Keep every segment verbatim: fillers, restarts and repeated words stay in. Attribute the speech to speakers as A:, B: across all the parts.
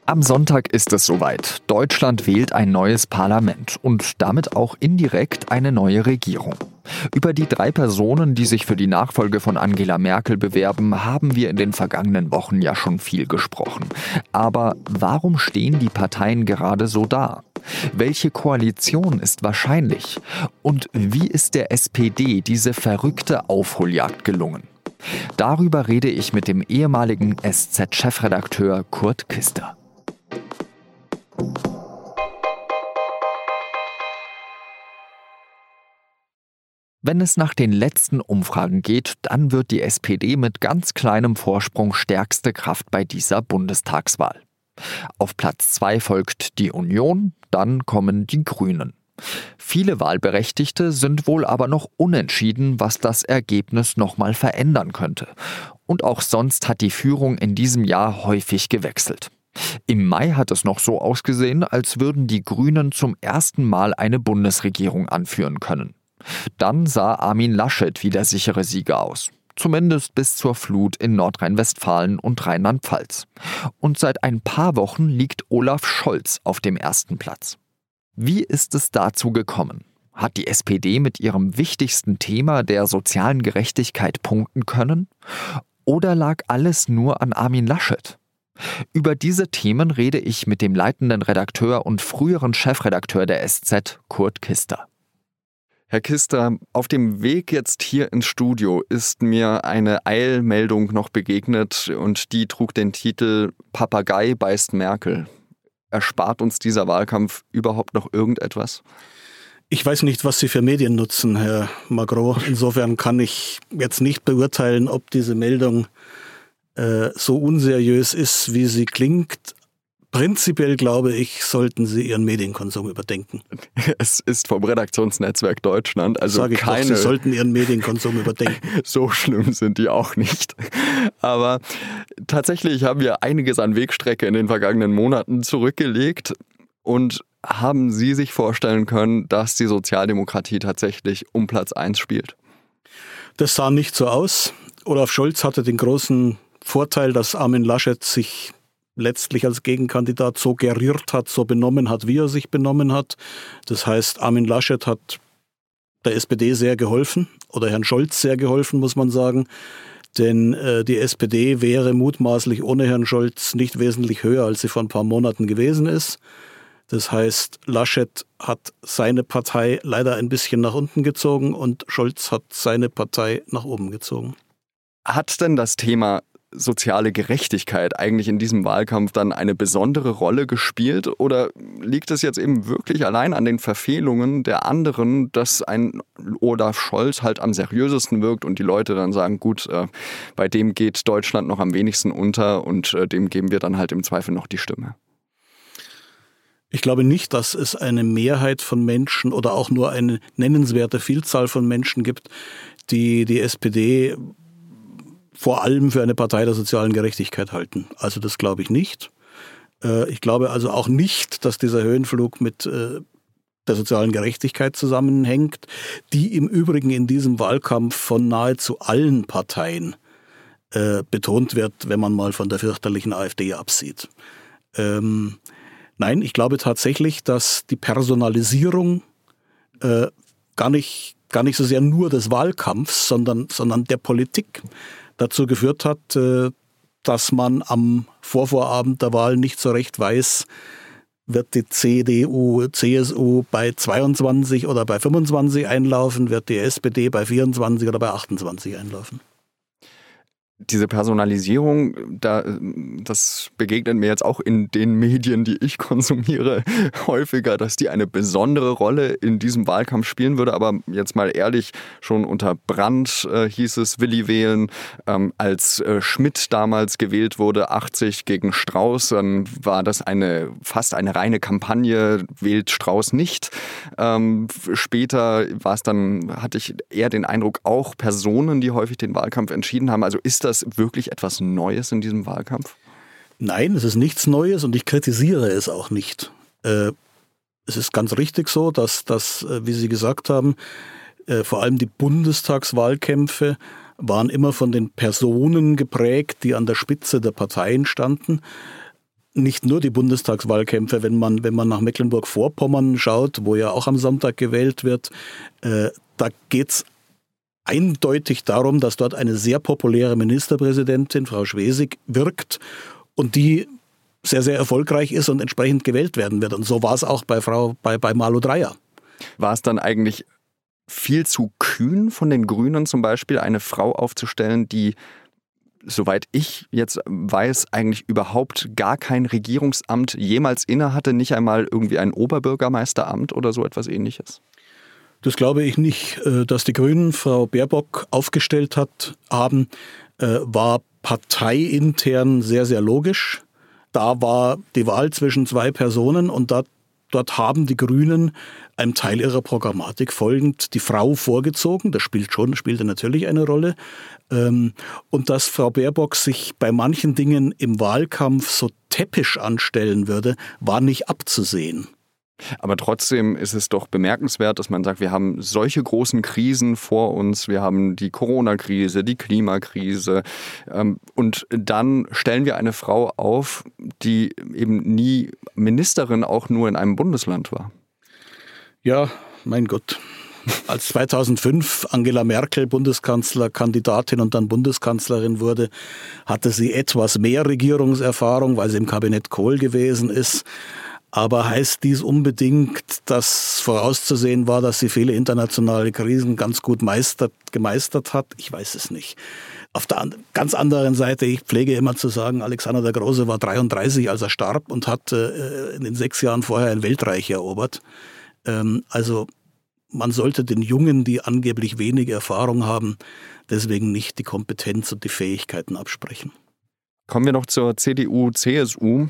A: Am Sonntag ist es soweit. Deutschland wählt ein neues Parlament und damit auch indirekt eine neue Regierung. Über die drei Personen, die sich für die Nachfolge von Angela Merkel bewerben, haben wir in den vergangenen Wochen ja schon viel gesprochen. Aber warum stehen die Parteien gerade so da? Welche Koalition ist wahrscheinlich? Und wie ist der S P D diese verrückte Aufholjagd gelungen? Darüber rede ich mit dem ehemaligen S Z-Chefredakteur Kurt Kister. Wenn es nach den letzten Umfragen geht, dann wird die S P D mit ganz kleinem Vorsprung stärkste Kraft bei dieser Bundestagswahl. Auf Platz zwei folgt die Union, dann kommen die Grünen. Viele Wahlberechtigte sind wohl aber noch unentschieden, was das Ergebnis nochmal verändern könnte. Und auch sonst hat die Führung in diesem Jahr häufig gewechselt. Im Mai hat es noch so ausgesehen, als würden die Grünen zum ersten Mal eine Bundesregierung anführen können. Dann sah Armin Laschet wie der sichere Sieger aus. Zumindest bis zur Flut in Nordrhein-Westfalen und Rheinland-Pfalz. Und seit ein paar Wochen liegt Olaf Scholz auf dem ersten Platz. Wie ist es dazu gekommen? Hat die S P D mit ihrem wichtigsten Thema der sozialen Gerechtigkeit punkten können? Oder lag alles nur an Armin Laschet? Über diese Themen rede ich mit dem leitenden Redakteur und früheren Chefredakteur der S Z, Kurt Kister.
B: Herr Kister, auf dem Weg jetzt hier ins Studio ist mir eine Eilmeldung noch begegnet und die trug den Titel „Papagei beißt Merkel". Erspart uns dieser Wahlkampf überhaupt noch irgendetwas?
C: Ich weiß nicht, was Sie für Medien nutzen, Herr Magro. Insofern kann ich jetzt nicht beurteilen, ob diese Meldung äh, so unseriös ist, wie sie klingt. Prinzipiell glaube ich, sollten Sie Ihren Medienkonsum überdenken.
B: Es ist vom Redaktionsnetzwerk Deutschland, also
C: Sag ich
B: keine...
C: Doch, Sie sollten Ihren Medienkonsum überdenken.
B: So schlimm sind die auch nicht. Aber tatsächlich haben wir einiges an Wegstrecke in den vergangenen Monaten zurückgelegt. Und haben Sie sich vorstellen können, dass die Sozialdemokratie tatsächlich um Platz eins spielt?
C: Das sah nicht so aus. Olaf Scholz hatte den großen Vorteil, dass Armin Laschet sich letztlich als Gegenkandidat so geriert hat, so benommen hat, wie er sich benommen hat. Das heißt, Armin Laschet hat der S P D sehr geholfen oder Herrn Scholz sehr geholfen, muss man sagen. Denn äh, die S P D wäre mutmaßlich ohne Herrn Scholz nicht wesentlich höher, als sie vor ein paar Monaten gewesen ist. Das heißt, Laschet hat seine Partei leider ein bisschen nach unten gezogen und Scholz hat seine Partei nach oben gezogen.
B: Hat denn das Thema soziale Gerechtigkeit eigentlich in diesem Wahlkampf dann eine besondere Rolle gespielt? Oder liegt es jetzt eben wirklich allein an den Verfehlungen der anderen, dass ein Olaf Scholz halt am seriösesten wirkt und die Leute dann sagen, gut, äh, bei dem geht Deutschland noch am wenigsten unter und äh, dem geben wir dann halt im Zweifel noch die Stimme?
C: Ich glaube nicht, dass es eine Mehrheit von Menschen oder auch nur eine nennenswerte Vielzahl von Menschen gibt, die die S P D vor allem für eine Partei der sozialen Gerechtigkeit halten. Also das glaube ich nicht. Ich glaube also auch nicht, dass dieser Höhenflug mit der sozialen Gerechtigkeit zusammenhängt, die im Übrigen in diesem Wahlkampf von nahezu allen Parteien betont wird, wenn man mal von der fürchterlichen AfD absieht. Ähm, nein, ich glaube tatsächlich, dass die Personalisierung äh, gar nicht, gar nicht so sehr nur des Wahlkampfs, sondern, sondern der Politik dazu geführt hat, dass man am Vorvorabend der Wahl nicht so recht weiß, wird die C D U, C S U bei zweiundzwanzig oder bei fünfundzwanzig einlaufen, wird die S P D bei vierundzwanzig oder bei achtundzwanzig einlaufen.
B: Diese Personalisierung, da, das begegnet mir jetzt auch in den Medien, die ich konsumiere, häufiger, dass die eine besondere Rolle in diesem Wahlkampf spielen würde. Aber jetzt mal ehrlich, schon unter Brandt äh, hieß es Willi wählen. Ähm, als äh, Schmidt damals gewählt wurde, achtzig gegen Strauß, dann war das eine fast eine reine Kampagne, wählt Strauß nicht. Ähm, später war es dann, hatte ich eher den Eindruck, auch Personen, die häufig den Wahlkampf entschieden haben. Also ist das wirklich etwas Neues in diesem Wahlkampf?
C: Nein, es ist nichts Neues und ich kritisiere es auch nicht. Äh, es ist ganz richtig so, dass, dass äh, wie Sie gesagt haben, äh, vor allem die Bundestagswahlkämpfe waren immer von den Personen geprägt, die an der Spitze der Parteien standen. nicht nur die Bundestagswahlkämpfe. Wenn man, wenn man nach Mecklenburg-Vorpommern schaut, wo ja auch am Sonntag gewählt wird, äh, da geht es eindeutig darum, dass dort eine sehr populäre Ministerpräsidentin, Frau Schwesig, wirkt und die sehr, sehr erfolgreich ist und entsprechend gewählt werden wird. Und so war es auch bei Frau bei, bei Malu Dreyer.
B: War es dann eigentlich viel zu kühn von den Grünen zum Beispiel, eine Frau aufzustellen, die, soweit ich jetzt weiß, eigentlich überhaupt gar kein Regierungsamt jemals innehatte, nicht einmal irgendwie ein Oberbürgermeisteramt oder so etwas Ähnliches?
C: Das glaube ich nicht. Dass die Grünen Frau Baerbock aufgestellt hat, haben, war parteiintern sehr, sehr logisch. Da war die Wahl zwischen zwei Personen und da, dort haben die Grünen einem Teil ihrer Programmatik folgend die Frau vorgezogen. Das spielt schon, spielte natürlich eine Rolle. Und dass Frau Baerbock sich bei manchen Dingen im Wahlkampf so täppisch anstellen würde, war nicht abzusehen.
B: Aber trotzdem ist es doch bemerkenswert, dass man sagt, wir haben solche großen Krisen vor uns. Wir haben die Corona-Krise, die Klimakrise. Und dann stellen wir eine Frau auf, die eben nie Ministerin auch nur in einem Bundesland war.
C: Ja, mein Gott. Als zweitausendfünf Angela Merkel Bundeskanzlerkandidatin und dann Bundeskanzlerin wurde, hatte sie etwas mehr Regierungserfahrung, weil sie im Kabinett Kohl gewesen ist. Aber heißt dies unbedingt, dass vorauszusehen war, dass sie viele internationale Krisen ganz gut meistert, gemeistert hat? Ich weiß es nicht. Auf der ganz anderen Seite, ich pflege immer zu sagen, Alexander der Große war dreiunddreißig, als er starb und hat äh, in den sechs Jahren vorher ein Weltreich erobert. Ähm, also man sollte den Jungen, die angeblich wenig Erfahrung haben, deswegen nicht die Kompetenz und die Fähigkeiten absprechen.
B: Kommen wir noch zur C D U, C S U.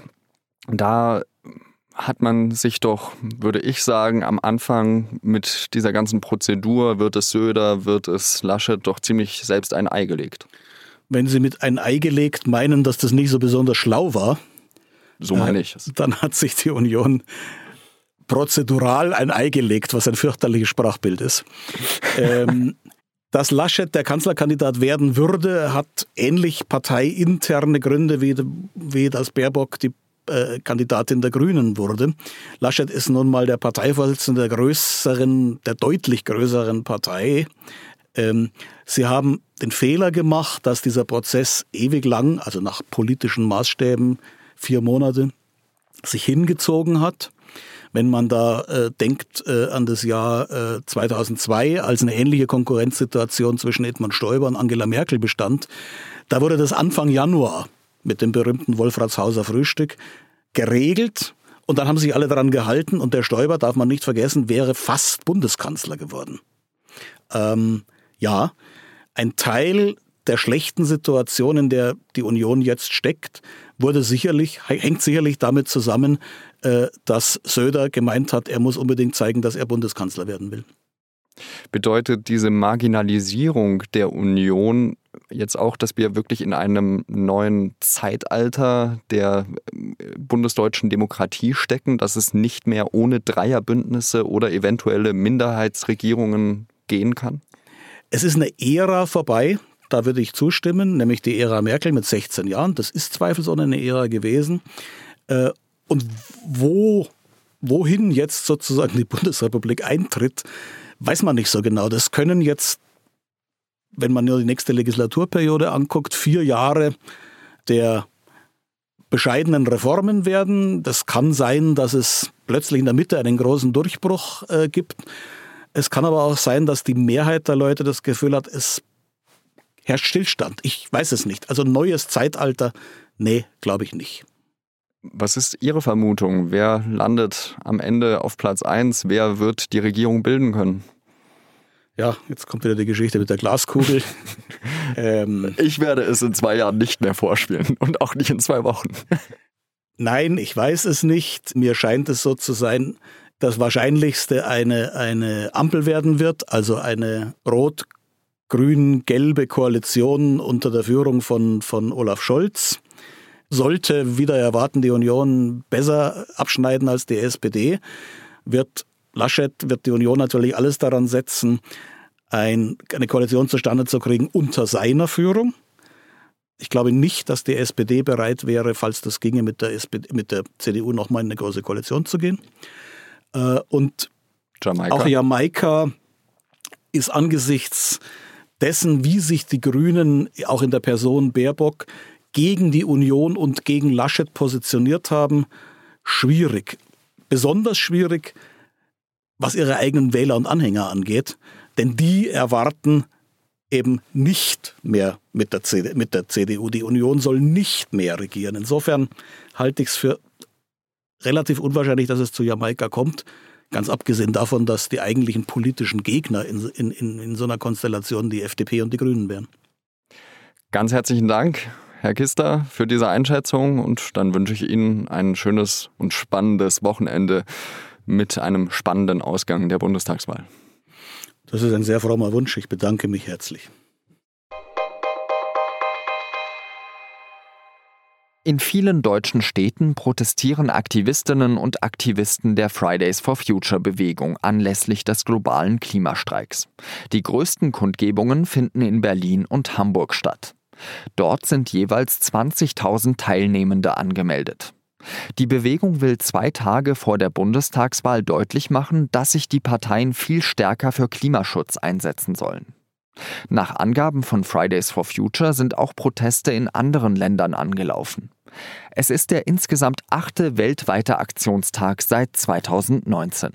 B: Da hat man sich doch, würde ich sagen, am Anfang mit dieser ganzen Prozedur, wird es Söder, wird es Laschet, doch ziemlich selbst ein Ei gelegt.
C: Wenn Sie mit ein Ei gelegt meinen, dass das nicht so besonders schlau war,
B: so meine ich es.
C: Dann hat sich die Union prozedural ein Ei gelegt, was ein fürchterliches Sprachbild ist. ähm, dass Laschet der Kanzlerkandidat werden würde, hat ähnlich parteiinterne Gründe, wie, wie dass Baerbock die Kandidatin der Grünen wurde. Laschet ist nun mal der Parteivorsitzende der größeren, der deutlich größeren Partei. Ähm, sie haben den Fehler gemacht, dass dieser Prozess ewig lang, also nach politischen Maßstäben vier Monate, sich hingezogen hat. Wenn man da äh, denkt äh, an das Jahr äh, zweitausendzwei, als eine ähnliche Konkurrenzsituation zwischen Edmund Stoiber und Angela Merkel bestand, da wurde das Anfang Januar mit dem berühmten Wolfratshauser Frühstück geregelt und dann haben sich alle daran gehalten und der Stoiber, darf man nicht vergessen, wäre fast Bundeskanzler geworden. Ähm, ja, ein Teil der schlechten Situation, in der die Union jetzt steckt, wurde sicherlich, hängt sicherlich damit zusammen, äh, dass Söder gemeint hat, er muss unbedingt zeigen, dass er Bundeskanzler werden will.
B: Bedeutet diese Marginalisierung der Union jetzt auch, dass wir wirklich in einem neuen Zeitalter der bundesdeutschen Demokratie stecken, dass es nicht mehr ohne Dreierbündnisse oder eventuelle Minderheitsregierungen gehen kann?
C: Es ist eine Ära vorbei, da würde ich zustimmen, nämlich die Ära Merkel mit sechzehn Jahren. Das ist zweifelsohne eine Ära gewesen. Und wo, wohin jetzt sozusagen die Bundesrepublik eintritt, weiß man nicht so genau. Das können jetzt, wenn man nur die nächste Legislaturperiode anguckt, vier Jahre der bescheidenen Reformen werden. Das kann sein, dass es plötzlich in der Mitte einen großen Durchbruch äh, gibt. Es kann aber auch sein, dass die Mehrheit der Leute das Gefühl hat, es herrscht Stillstand. Ich weiß es nicht. Also neues Zeitalter, nee, glaube ich nicht.
B: Was ist Ihre Vermutung? Wer landet am Ende auf Platz eins? Wer wird die Regierung bilden können?
C: Ja, jetzt kommt wieder die Geschichte mit der Glaskugel. ähm,
B: ich werde es in zwei Jahren nicht mehr vorspielen und auch nicht in zwei Wochen.
C: Nein, ich weiß es nicht. Mir scheint es so zu sein, das Wahrscheinlichste eine, eine Ampel werden wird, also eine rot-grün-gelbe Koalition unter der Führung von, von Olaf Scholz. Sollte, wieder erwarten, die Union besser abschneiden als die S P D, wird Laschet, wird die Union natürlich alles daran setzen, ein, eine Koalition zustande zu kriegen unter seiner Führung. Ich glaube nicht, dass die S P D bereit wäre, falls das ginge, mit der, S P D, mit der C D U nochmal in eine große Koalition zu gehen. Und Jamaika. Auch Jamaika ist angesichts dessen, wie sich die Grünen auch in der Person Baerbock gegen die Union und gegen Laschet positioniert haben, schwierig. Besonders schwierig, was ihre eigenen Wähler und Anhänger angeht, denn die erwarten eben nicht mehr mit der, C D, mit der C D U. Die Union soll nicht mehr regieren. Insofern halte ich es für relativ unwahrscheinlich, dass es zu Jamaika kommt. Ganz abgesehen davon, dass die eigentlichen politischen Gegner in, in, in, in so einer Konstellation die F D P und die Grünen wären.
B: Ganz herzlichen Dank, Herr Kister, für diese Einschätzung. Und dann wünsche ich Ihnen ein schönes und spannendes Wochenende mit einem spannenden Ausgang der Bundestagswahl.
C: Das ist ein sehr frommer Wunsch. Ich bedanke mich herzlich.
A: In vielen deutschen Städten protestieren Aktivistinnen und Aktivisten der Fridays for Future Bewegung anlässlich des globalen Klimastreiks. Die größten Kundgebungen finden in Berlin und Hamburg statt. Dort sind jeweils zwanzigtausend Teilnehmende angemeldet. Die Bewegung will zwei Tage vor der Bundestagswahl deutlich machen, dass sich die Parteien viel stärker für Klimaschutz einsetzen sollen. Nach Angaben von Fridays for Future sind auch Proteste in anderen Ländern angelaufen. Es ist der insgesamt achte weltweite Aktionstag seit zweitausendneunzehn.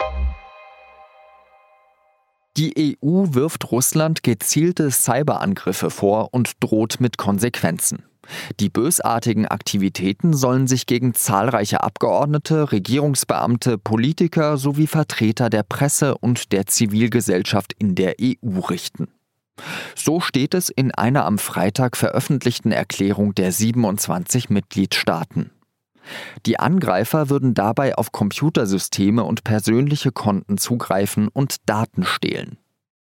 A: Die E U wirft Russland gezielte Cyberangriffe vor und droht mit Konsequenzen. Die bösartigen Aktivitäten sollen sich gegen zahlreiche Abgeordnete, Regierungsbeamte, Politiker sowie Vertreter der Presse und der Zivilgesellschaft in der E U richten. So steht es in einer am Freitag veröffentlichten Erklärung der siebenundzwanzig Mitgliedstaaten. Die Angreifer würden dabei auf Computersysteme und persönliche Konten zugreifen und Daten stehlen.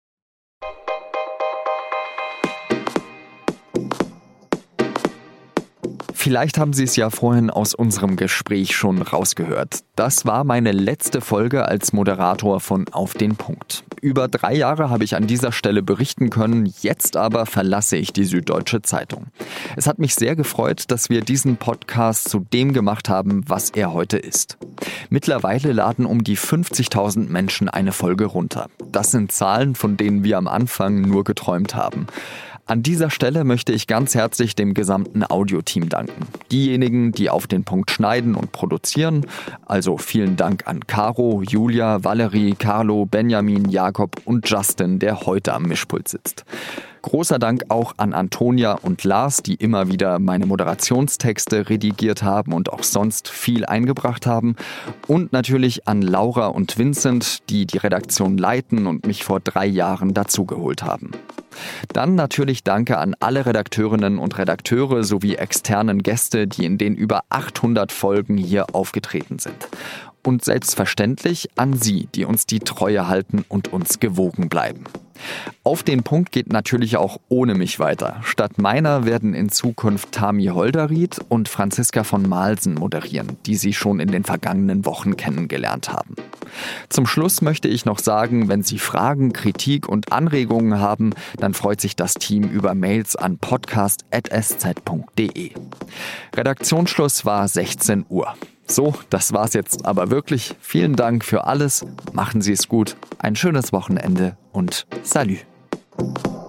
A: Vielleicht haben Sie es ja vorhin aus unserem Gespräch schon rausgehört. Das war meine letzte Folge als Moderator von Auf den Punkt. Über drei Jahre habe ich an dieser Stelle berichten können, jetzt aber verlasse ich die Süddeutsche Zeitung. Es hat mich sehr gefreut, dass wir diesen Podcast zu dem gemacht haben, was er heute ist. Mittlerweile laden um die fünfzigtausend Menschen eine Folge runter. Das sind Zahlen, von denen wir am Anfang nur geträumt haben. An dieser Stelle möchte ich ganz herzlich dem gesamten Audioteam danken. Diejenigen, die Auf den Punkt schneiden und produzieren, also vielen Dank an Caro, Julia, Valerie, Carlo, Benjamin, Jakob und Justin, der heute am Mischpult sitzt. Großer Dank auch an Antonia und Lars, die immer wieder meine Moderationstexte redigiert haben und auch sonst viel eingebracht haben. Und natürlich an Laura und Vincent, die die Redaktion leiten und mich vor drei Jahren dazugeholt haben. Dann natürlich Danke an alle Redakteurinnen und Redakteure sowie externen Gäste, die in den über achthundert Folgen hier aufgetreten sind. Und selbstverständlich an Sie, die uns die Treue halten und uns gewogen bleiben. Auf den Punkt geht natürlich auch ohne mich weiter. Statt meiner werden in Zukunft Tami Holderried und Franziska von Malsen moderieren, die Sie schon in den vergangenen Wochen kennengelernt haben. Zum Schluss möchte ich noch sagen, wenn Sie Fragen, Kritik und Anregungen haben, dann freut sich das Team über Mails an podcast at s z punkt d e. Redaktionsschluss war sechzehn Uhr. So, das war's jetzt aber wirklich. Vielen Dank für alles. Machen Sie es gut. Ein schönes Wochenende und Salü.